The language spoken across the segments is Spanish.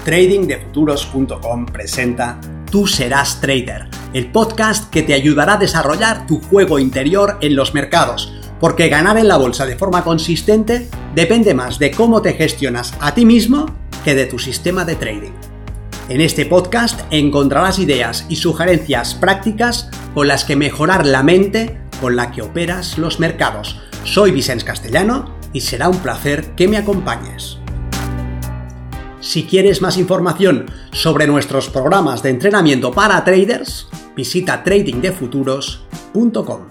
tradingdefuturos.com presenta Tú serás trader, el podcast que te ayudará a desarrollar tu juego interior en los mercados, porque ganar en la bolsa de forma consistente depende más de cómo te gestionas a ti mismo que de tu sistema de trading. En este podcast encontrarás ideas y sugerencias prácticas con las que mejorar la mente con la que operas los mercados. Soy Vicens Castellano y será un placer que me acompañes. Si quieres más información sobre nuestros programas de entrenamiento para traders, visita tradingdefuturos.com.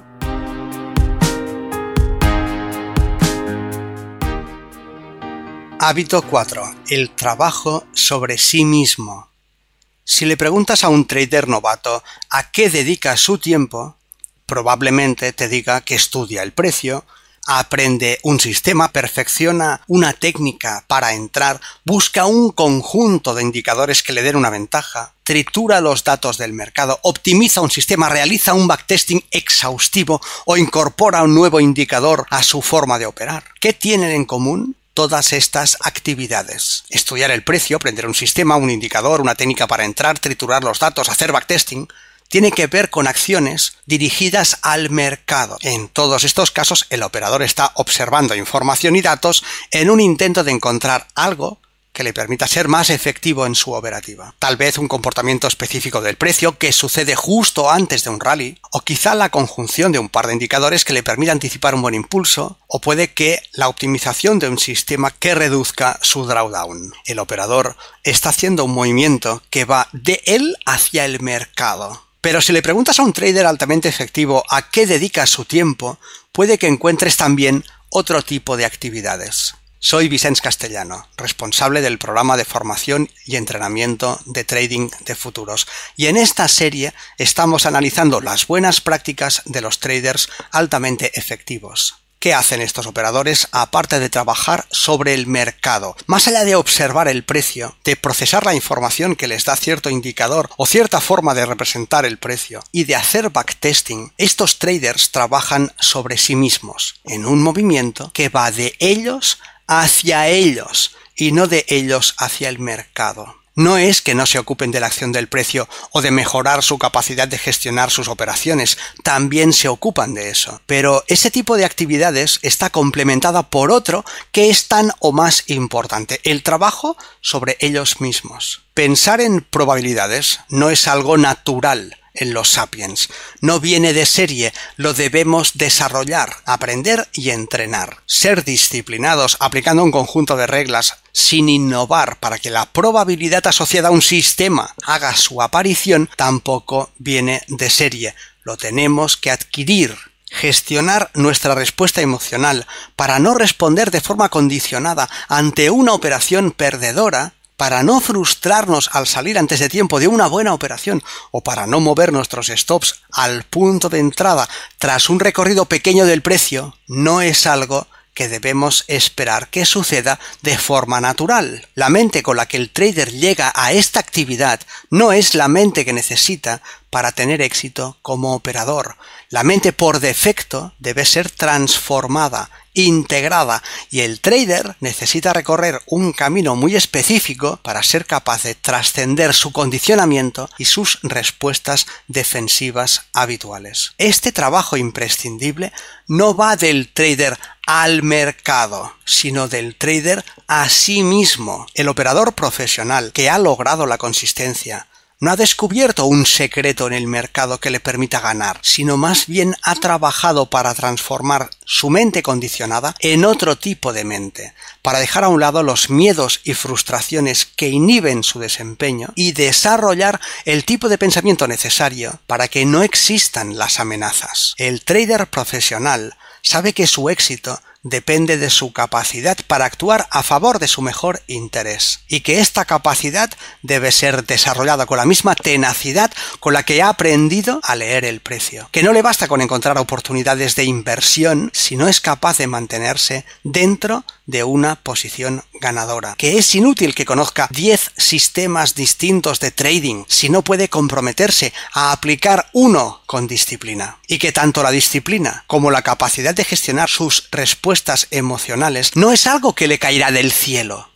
Hábito 4. El trabajo sobre sí mismo. Si le preguntas a un trader novato a qué dedica su tiempo, probablemente te diga que estudia el precio, aprende un sistema, perfecciona una técnica para entrar, busca un conjunto de indicadores que le den una ventaja, tritura los datos del mercado, optimiza un sistema, realiza un backtesting exhaustivo o incorpora un nuevo indicador a su forma de operar. ¿Qué tienen en común todas estas actividades? Estudiar el precio, aprender un sistema, un indicador, una técnica para entrar, triturar los datos, hacer backtesting, tiene que ver con acciones dirigidas al mercado. En todos estos casos, el operador está observando información y datos en un intento de encontrar algo que le permita ser más efectivo en su operativa. Tal vez un comportamiento específico del precio que sucede justo antes de un rally, o quizá la conjunción de un par de indicadores que le permita anticipar un buen impulso, o puede que la optimización de un sistema que reduzca su drawdown. El operador está haciendo un movimiento que va de él hacia el mercado. Pero si le preguntas a un trader altamente efectivo a qué dedica su tiempo, puede que encuentres también otro tipo de actividades. Soy Vicens Castellano, responsable del programa de formación y entrenamiento de trading de futuros. Y en esta serie estamos analizando las buenas prácticas de los traders altamente efectivos. ¿Qué hacen estos operadores aparte de trabajar sobre el mercado? Más allá de observar el precio, de procesar la información que les da cierto indicador o cierta forma de representar el precio y de hacer backtesting, estos traders trabajan sobre sí mismos, en un movimiento que va de ellos hacia ellos y no de ellos hacia el mercado. No es que no se ocupen de la acción del precio o de mejorar su capacidad de gestionar sus operaciones, también se ocupan de eso. Pero ese tipo de actividades está complementada por otro que es tan o más importante, el trabajo sobre ellos mismos. Pensar en probabilidades no es algo natural en los sapiens. No viene de serie, lo debemos desarrollar, aprender y entrenar. Ser disciplinados aplicando un conjunto de reglas sin innovar para que la probabilidad asociada a un sistema haga su aparición tampoco viene de serie. Lo tenemos que adquirir. Gestionar nuestra respuesta emocional para no responder de forma condicionada ante una operación perdedora, para no frustrarnos al salir antes de tiempo de una buena operación o para no mover nuestros stops al punto de entrada tras un recorrido pequeño del precio, no es algo que debemos esperar que suceda de forma natural. La mente con la que el trader llega a esta actividad no es la mente que necesita para tener éxito como operador. La mente por defecto debe ser transformada, integrada, y el trader necesita recorrer un camino muy específico para ser capaz de trascender su condicionamiento y sus respuestas defensivas habituales. Este trabajo imprescindible no va del trader al mercado, sino del trader a sí mismo. El operador profesional que ha logrado la consistencia no ha descubierto un secreto en el mercado que le permita ganar, sino más bien ha trabajado para transformar su mente condicionada en otro tipo de mente, para dejar a un lado los miedos y frustraciones que inhiben su desempeño y desarrollar el tipo de pensamiento necesario para que no existan las amenazas. El trader profesional sabe que su éxito depende de su capacidad para actuar a favor de su mejor interés y que esta capacidad debe ser desarrollada con la misma tenacidad con la que ha aprendido a leer el precio. Que no le basta con encontrar oportunidades de inversión si no es capaz de mantenerse dentro de una posición ganadora. Que es inútil que conozca 10 sistemas distintos de trading si no puede comprometerse a aplicar uno con disciplina. Y que tanto la disciplina como la capacidad de gestionar sus respuestas emocionales no es algo que le caerá del cielo.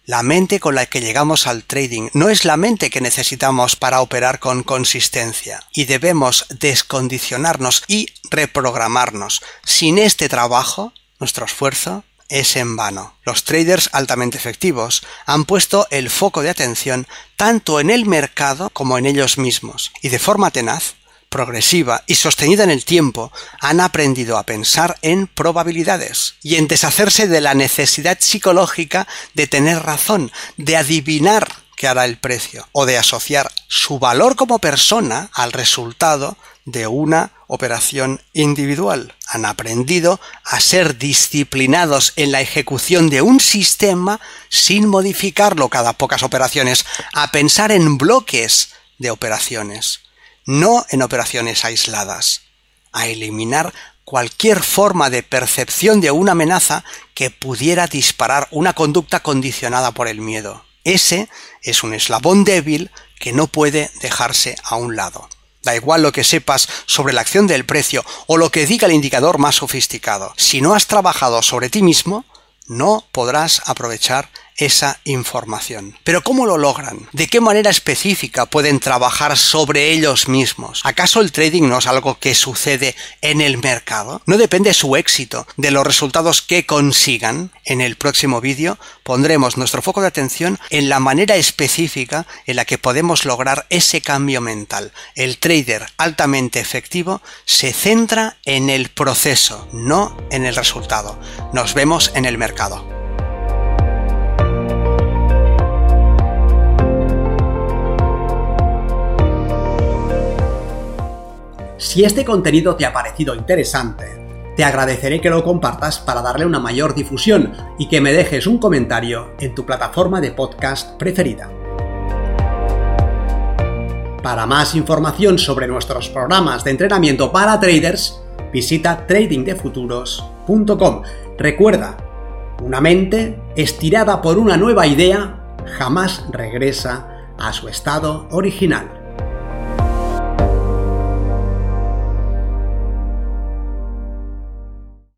La mente con la que llegamos al trading no es la mente que necesitamos para operar con consistencia, y debemos descondicionarnos y reprogramarnos. Sin este trabajo, nuestro esfuerzo es en vano. Los traders altamente efectivos han puesto el foco de atención tanto en el mercado como en ellos mismos, y de forma tenaz, progresiva y sostenida en el tiempo, han aprendido a pensar en probabilidades y en deshacerse de la necesidad psicológica de tener razón, de adivinar qué hará el precio o de asociar su valor como persona al resultado de una operación individual. Han aprendido a ser disciplinados en la ejecución de un sistema sin modificarlo cada pocas operaciones, a pensar en bloques de operaciones, no en operaciones aisladas, a eliminar cualquier forma de percepción de una amenaza que pudiera disparar una conducta condicionada por el miedo. Ese es un eslabón débil que no puede dejarse a un lado. Da igual lo que sepas sobre la acción del precio o lo que diga el indicador más sofisticado. Si no has trabajado sobre ti mismo, no podrás aprovechar esa información. ¿Pero cómo lo logran? ¿De qué manera específica pueden trabajar sobre ellos mismos? ¿Acaso el trading no es algo que sucede en el mercado? ¿No depende su éxito de los resultados que consigan? En el próximo vídeo pondremos nuestro foco de atención en la manera específica en la que podemos lograr ese cambio mental. El trader altamente efectivo se centra en el proceso, no en el resultado. Nos vemos en el mercado. Si este contenido te ha parecido interesante, te agradeceré que lo compartas para darle una mayor difusión y que me dejes un comentario en tu plataforma de podcast preferida. Para más información sobre nuestros programas de entrenamiento para traders, visita tradingdefuturos.com. Recuerda, una mente estirada por una nueva idea jamás regresa a su estado original.